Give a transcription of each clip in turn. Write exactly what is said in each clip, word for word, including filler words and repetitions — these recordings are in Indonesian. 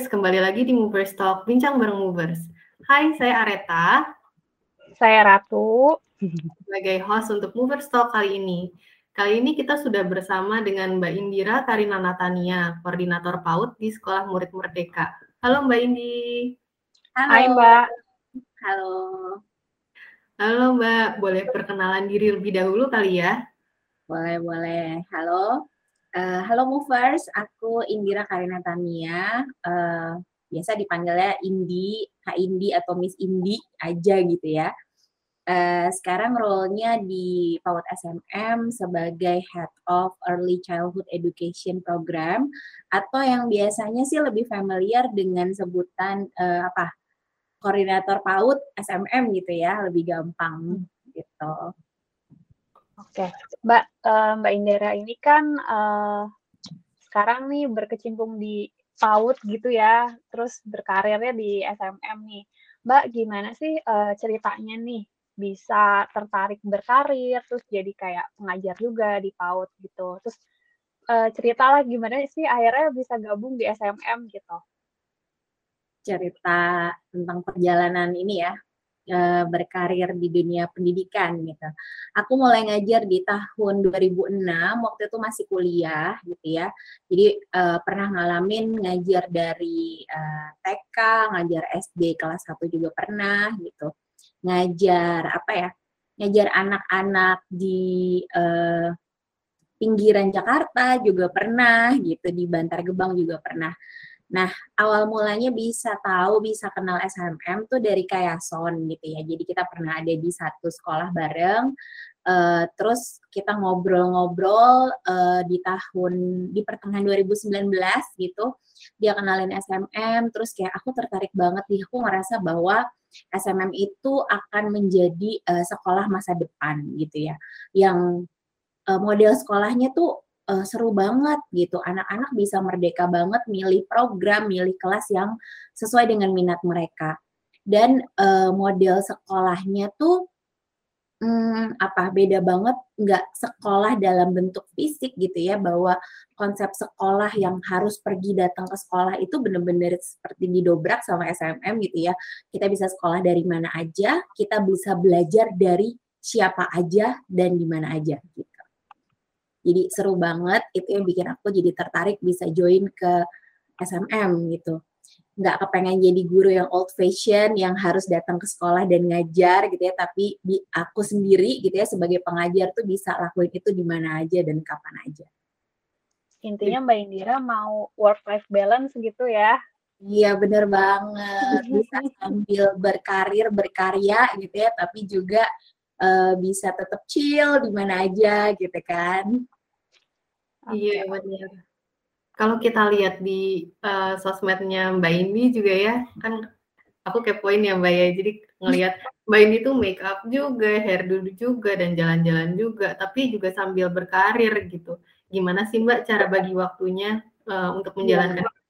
kembali lagi di Movers Talk, bincang bareng Movers. Hai, saya Areta. Saya Ratu. Sebagai host untuk Movers Talk kali ini. Kali ini kita sudah bersama dengan Mbak Indira Karina Natania, Koordinator PAUD di Sekolah Murid Merdeka. Halo Mbak Indi. Halo. Hai Mbak. Halo. Halo Mbak, boleh perkenalan diri lebih dahulu kali ya? Boleh, boleh. Halo. Uh, halo Movers, aku Indira Karina Tania. Uh, biasa dipanggilnya Indi, Kak Indi atau Miss Indi aja gitu ya. Uh, sekarang role-nya di PAUD S M M sebagai Head of Early Childhood Education Program, atau yang biasanya sih lebih familiar dengan sebutan uh, apa? Koordinator PAUD S M M gitu ya, lebih gampang gitu. Oke, Mbak, uh, Mbak Indira ini kan uh, sekarang nih berkecimpung di PAUD gitu ya, terus berkarirnya di S M M nih. Mbak, gimana sih uh, ceritanya nih bisa tertarik berkarir, terus jadi kayak pengajar juga di PAUD gitu. Terus uh, ceritalah gimana sih akhirnya bisa gabung di S M M gitu. Cerita tentang perjalanan ini ya, berkarir di dunia pendidikan gitu. Aku mulai ngajar di tahun dua ribu enam, waktu itu masih kuliah gitu ya. Jadi uh, pernah ngalamin ngajar dari uh, T K, ngajar S D kelas satu juga pernah gitu. Ngajar apa ya? Ngajar anak-anak di uh, pinggiran Jakarta juga pernah gitu, di Bantar Gebang juga pernah. Nah, awal mulanya bisa tahu, bisa kenal S M M tuh dari Kayason gitu ya. Jadi kita pernah ada di satu sekolah bareng, uh, terus kita ngobrol-ngobrol uh, di tahun, di pertengahan dua ribu sembilan belas gitu. Dia kenalin S M M, terus kayak aku tertarik banget nih, aku ngerasa bahwa S M M itu akan menjadi uh, sekolah masa depan gitu ya. Yang uh, model sekolahnya tuh Uh, seru banget gitu, anak-anak bisa merdeka banget milih program, milih kelas yang sesuai dengan minat mereka. Dan uh, model sekolahnya tuh hmm, apa beda banget, nggak sekolah dalam bentuk fisik gitu ya, bahwa konsep sekolah yang harus pergi datang ke sekolah itu benar-benar seperti didobrak sama S M M gitu ya. Kita bisa sekolah dari mana aja, kita bisa belajar dari siapa aja dan di mana aja gitu. Jadi seru banget, itu yang bikin aku jadi tertarik bisa join ke S M M gitu. Nggak kepengen jadi guru yang old fashion, yang harus datang ke sekolah dan ngajar gitu ya, tapi di aku sendiri gitu ya, sebagai pengajar tuh bisa lakuin itu di mana aja dan kapan aja. Intinya Mbak Indira mau work-life balance gitu ya? Iya, bener banget. Bisa sambil berkarir, berkarya gitu ya, tapi juga uh, bisa tetap chill di mana aja gitu kan. Iya, okay. Benar. Kalau kita lihat di uh, sosmednya Mbak Indi juga ya, kan aku kepoin ya Mbak ya, jadi ngelihat Mbak Indi tuh make up juga, hairdo juga, dan jalan-jalan juga, tapi juga sambil berkarir gitu. Gimana sih Mbak cara bagi waktunya uh, untuk menjalankan? Ya.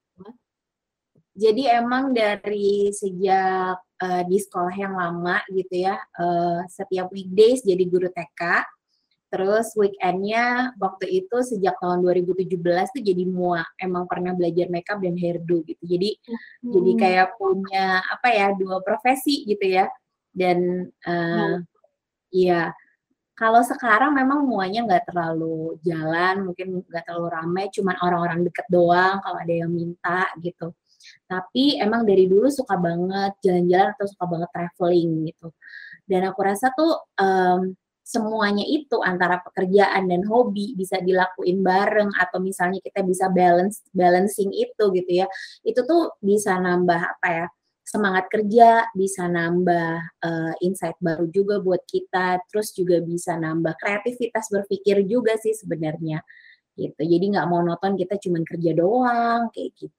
Jadi emang dari sejak uh, di sekolah yang lama gitu ya, uh, setiap weekdays jadi guru T K, terus weekendnya waktu itu sejak tahun dua ribu tujuh belas tuh jadi M U A, emang pernah belajar makeup dan hairdo gitu. Jadi hmm. jadi kayak punya apa ya, dua profesi gitu ya. Dan uh, hmm. ya kalau sekarang memang muanya nggak terlalu jalan, mungkin nggak terlalu ramai, cuman orang-orang deket doang kalau ada yang minta gitu. Tapi emang dari dulu suka banget jalan-jalan atau suka banget traveling gitu. Dan aku rasa tuh um, semuanya itu antara pekerjaan dan hobi bisa dilakuin bareng, atau misalnya kita bisa balance balancing itu gitu ya. Itu tuh bisa nambah apa ya, semangat kerja, bisa nambah uh, insight baru juga buat kita, terus juga bisa nambah kreativitas berpikir juga sih sebenarnya gitu. Jadi nggak monoton kita cuma kerja doang kayak gitu.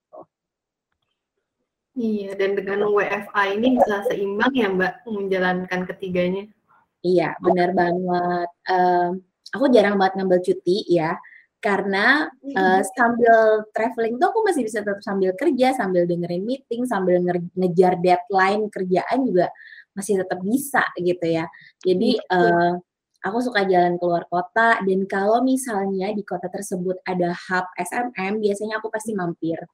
Iya, dan dengan W F A ini bisa seimbang ya Mbak menjalankan ketiganya? Iya, benar banget. Um, aku jarang banget ngambil cuti ya, karena uh, sambil traveling tuh aku masih bisa tetap sambil kerja, sambil dengerin meeting, sambil ngejar deadline kerjaan juga masih tetap bisa gitu ya. Jadi uh, aku suka jalan keluar kota, dan kalau misalnya di kota tersebut ada hub S M M, biasanya aku pasti mampir.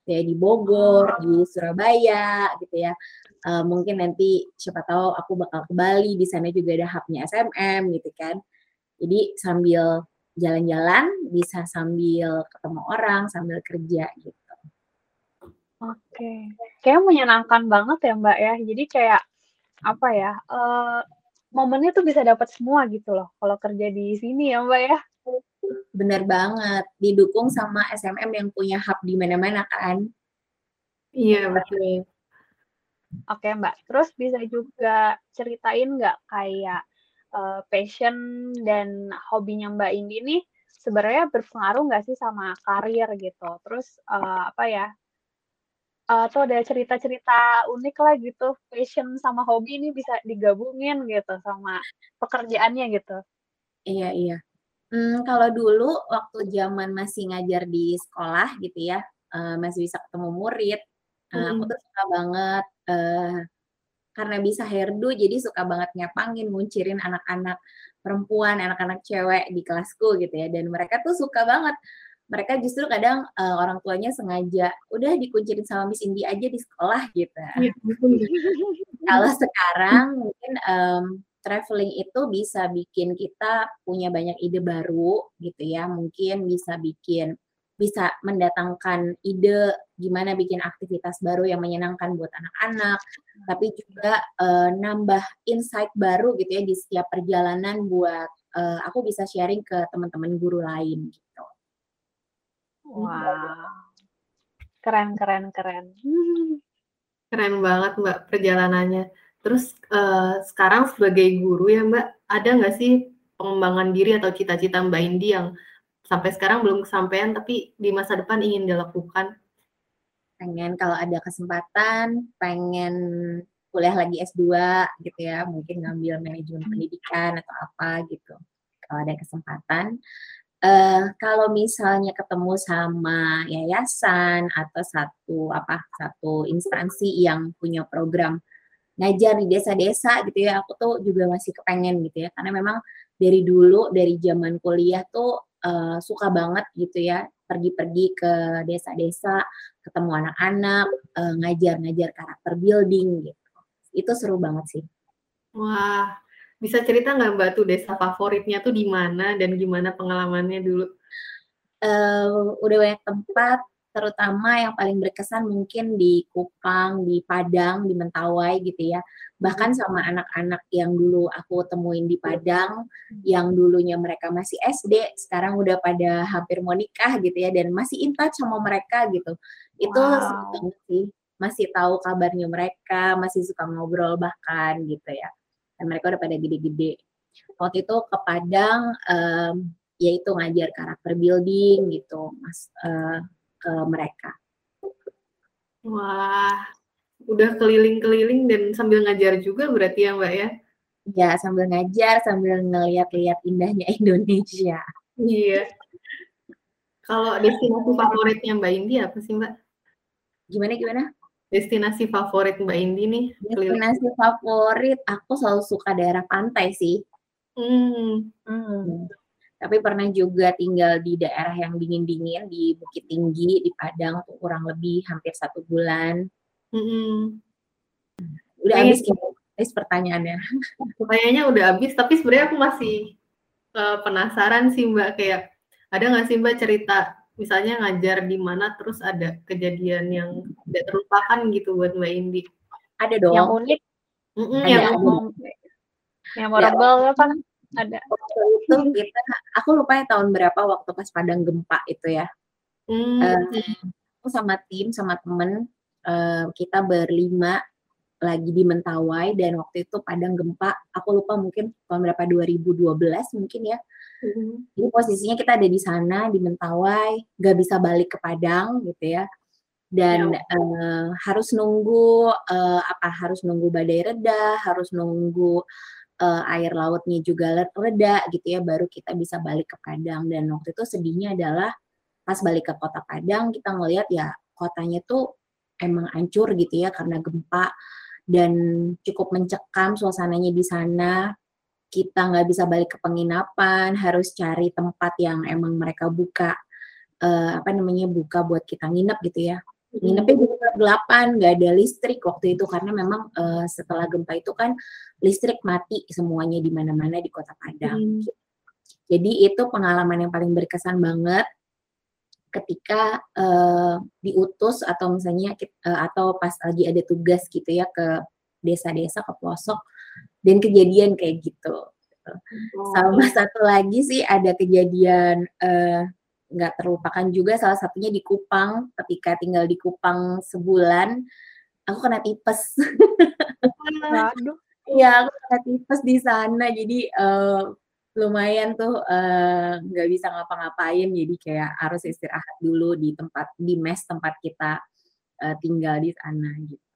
ya di Bogor, di Surabaya gitu ya. Uh, mungkin nanti siapa tahu aku bakal ke Bali, di sana juga ada hubnya S M M gitu kan. Jadi sambil jalan-jalan bisa sambil ketemu orang, sambil kerja gitu. Oke, kayaknya menyenangkan banget ya Mbak ya. Jadi kayak apa ya? Uh, momennya tuh bisa dapat semua gitu loh. Kalau kerja di sini ya Mbak ya. Bener banget, didukung sama S M M yang punya hub di mana-mana kan. Iya, betul. Oke Mbak, terus bisa juga ceritain nggak kayak uh, passion dan hobinya Mbak Indi nih sebenarnya berpengaruh nggak sih sama karir gitu? Terus uh, apa ya? Uh, atau ada cerita-cerita unik lah gitu, passion sama hobi ini bisa digabungin gitu sama pekerjaannya gitu. Iya, iya. Hmm, kalau dulu waktu zaman masih ngajar di sekolah gitu ya, uh, masih bisa ketemu murid, uh, aku tuh suka banget, uh, karena bisa hairdo, jadi suka banget nyapangin, nguncirin anak-anak perempuan, anak-anak cewek di kelasku gitu ya, dan mereka tuh suka banget. Mereka justru kadang uh, orang tuanya sengaja, udah dikuncirin sama Miss Indi aja di sekolah gitu. Kalau sekarang mungkin um, traveling itu bisa bikin kita punya banyak ide baru gitu ya, mungkin bisa bikin bisa mendatangkan ide gimana bikin aktivitas baru yang menyenangkan buat anak-anak, tapi juga uh, nambah insight baru gitu ya di setiap perjalanan buat uh, aku bisa sharing ke teman-teman guru lain gitu. Wow, keren keren keren. Keren banget Mbak perjalanannya. Terus uh, sekarang sebagai guru ya Mbak, ada nggak sih pengembangan diri atau cita-cita Mbak Indi yang sampai sekarang belum kesampaian tapi di masa depan ingin dilakukan? Pengen kalau ada kesempatan, pengen kuliah lagi S dua gitu ya, mungkin ngambil manajemen pendidikan atau apa gitu. Kalau ada kesempatan. Uh, kalau misalnya ketemu sama yayasan atau satu apa satu instansi yang punya program ngajar di desa-desa gitu ya, aku tuh juga masih kepengen gitu ya, karena memang dari dulu dari zaman kuliah tuh uh, suka banget gitu ya pergi-pergi ke desa-desa, ketemu anak-anak, uh, ngajar-ngajar karakter building gitu. Itu seru banget sih. Wah, bisa cerita nggak Mbak tuh desa favoritnya tuh di mana dan gimana pengalamannya dulu? Uh, udah banyak tempat, terutama yang paling berkesan mungkin di Kupang, di Padang, di Mentawai gitu ya. Bahkan sama anak-anak yang dulu aku temuin di Padang, yang dulunya mereka masih S D, sekarang udah pada hampir mau nikah gitu ya, dan masih in touch sama mereka gitu. Itu seru banget sih, masih tahu kabarnya mereka, masih suka ngobrol bahkan gitu ya. Dan mereka udah pada gede-gede. Waktu itu ke Padang, um, yaitu ngajar karakter building gitu, mas uh, ke mereka. Wah, udah keliling-keliling dan sambil ngajar juga berarti ya Mbak ya? Ya, sambil ngajar, sambil ngeliat-liat indahnya Indonesia. Iya. Kalau destinasi favoritnya Mbak Indi apa sih Mbak? Gimana, gimana? Destinasi favorit Mbak Indi nih? Destinasi keliling. Favorit, aku selalu suka daerah pantai sih. Hmm. Hmm. Tapi pernah juga tinggal di daerah yang dingin-dingin, di Bukit Tinggi, di Padang, tuh kurang lebih hampir satu bulan. Hmm. Udah habis guys pertanyaannya. Kayaknya udah habis, tapi sebenarnya aku masih uh, penasaran sih Mbak, kayak ada nggak sih Mbak cerita, misalnya ngajar di mana terus ada kejadian yang tidak terlupakan gitu buat Mbak Indi? Ada dong. Yang unik? Mm-mm, ada, yang memorable ya, apa? Ada. Waktu itu kita, aku lupa ya tahun berapa waktu pas Padang gempa itu ya. Hmm. Uh, aku sama tim, sama temen, uh, kita berlima lagi di Mentawai, dan waktu itu Padang gempa, aku lupa mungkin tahun berapa, dua ribu dua belas mungkin ya. Mm-hmm. Jadi posisinya kita ada di sana, di Mentawai, gak bisa balik ke Padang gitu ya. Dan ya. uh, harus nunggu, uh, apa, harus nunggu badai reda, harus nunggu uh, air lautnya juga reda gitu ya, baru kita bisa balik ke Padang. Dan waktu itu sedihnya adalah pas balik ke kota Padang, kita ngelihat ya kotanya tuh emang hancur gitu ya karena gempa, dan cukup mencekam suasananya di sana. Kita nggak bisa balik ke penginapan, harus cari tempat yang emang mereka buka, uh, apa namanya, buka buat kita nginep gitu ya. Nginepnya di tingkat delapan, nggak ada listrik waktu itu karena memang uh, setelah gempa itu kan listrik mati semuanya di mana-mana di Kota Padang. Hmm. Jadi itu pengalaman yang paling berkesan banget ketika uh, diutus atau misalnya uh, atau pas lagi ada tugas gitu ya ke desa-desa, ke pelosok, dan kejadian kayak gitu. Oh. Sama satu lagi sih ada kejadian uh, nggak terlupakan juga, salah satunya di Kupang. Ketika tinggal di Kupang sebulan, aku kena tipes. Waduh. Iya, aku kena tipes di sana. Jadi uh, lumayan tuh nggak uh, bisa ngapa-ngapain. Jadi kayak harus istirahat dulu di tempat di mes tempat kita uh, tinggal di sana gitu.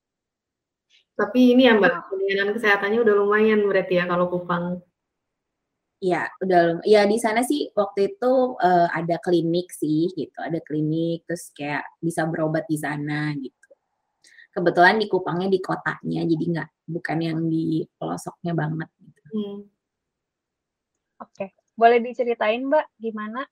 Tapi ini ya Mbak, pelayanan kesehatannya udah lumayan berarti ya kalau Kupang. Ya, udah ya di sana sih waktu itu uh, ada klinik sih gitu, ada klinik terus kayak bisa berobat di sana gitu. Kebetulan di Kupangnya di kotanya, jadi nggak bukan yang di pelosoknya banget gitu. Hmm. Oke, boleh diceritain Mbak gimana?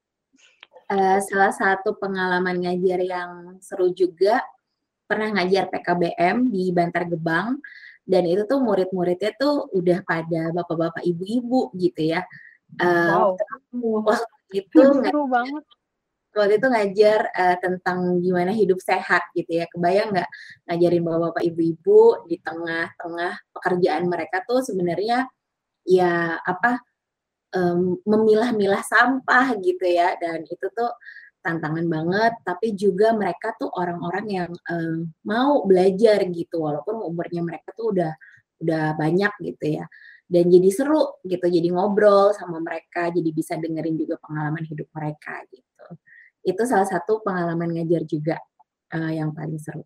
Uh, salah satu pengalaman ngajar yang seru juga, pernah ngajar P K B M di Bantar Gebang. Dan itu tuh murid-muridnya tuh udah pada bapak-bapak ibu-ibu gitu ya. Uh, wow. Waktu itu seru banget. Waktu itu ngajar uh, tentang gimana hidup sehat gitu ya. Kebayang nggak ngajarin bapak-bapak ibu-ibu di tengah-tengah pekerjaan mereka tuh sebenarnya ya apa um, memilah-milah sampah gitu ya. Dan itu tuh tantangan banget, tapi juga mereka tuh orang-orang yang um, mau belajar gitu, walaupun umurnya mereka tuh udah udah banyak gitu ya. Dan jadi seru gitu, jadi ngobrol sama mereka, jadi bisa dengerin juga pengalaman hidup mereka gitu. Itu salah satu pengalaman ngajar juga uh, yang paling seru.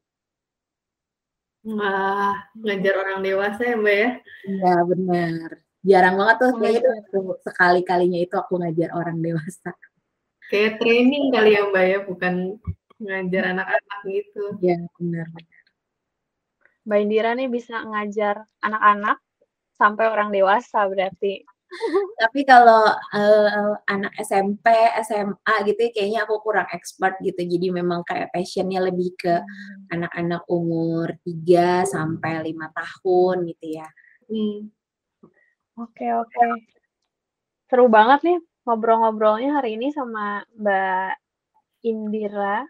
Wah, ngajar orang dewasa ya Mbak ya? Iya benar. Jarang banget tuh kayaknya itu sekali-kalinya itu aku ngajar orang dewasa. Kayak training kali ya Mbak ya, bukan ngajar anak-anak gitu. Iya, benar. Mbak Indira nih bisa ngajar anak-anak sampai orang dewasa berarti. Tapi kalau uh, anak S M P, S M A gitu kayaknya aku kurang expert gitu. Jadi memang kayak passionnya lebih ke hmm. anak-anak umur tiga sampai lima tahun gitu ya. Hmm. Oke, oke. Seru banget nih ngobrol-ngobrolnya hari ini sama Mbak Indira.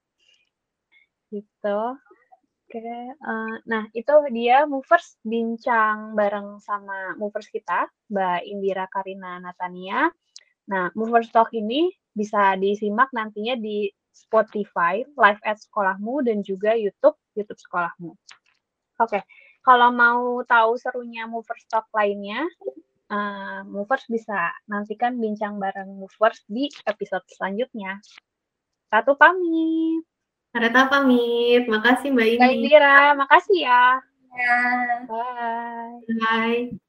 Gitu. Oke, uh, nah itu dia Movers bincang bareng sama Movers kita, Mbak Indira Karina Natania. Nah, Movers Talk ini bisa disimak nantinya di Spotify, Live at Sekolahmu, dan juga YouTube, YouTube Sekolahmu. Oke, kalau mau tahu serunya Movers Talk lainnya, uh, Movers bisa nantikan bincang bareng Movers di episode selanjutnya. Ratu pamit. Reta pamit, makasih Mbak Indi. Mbak Indira, makasih ya. Ya. Bye. Bye.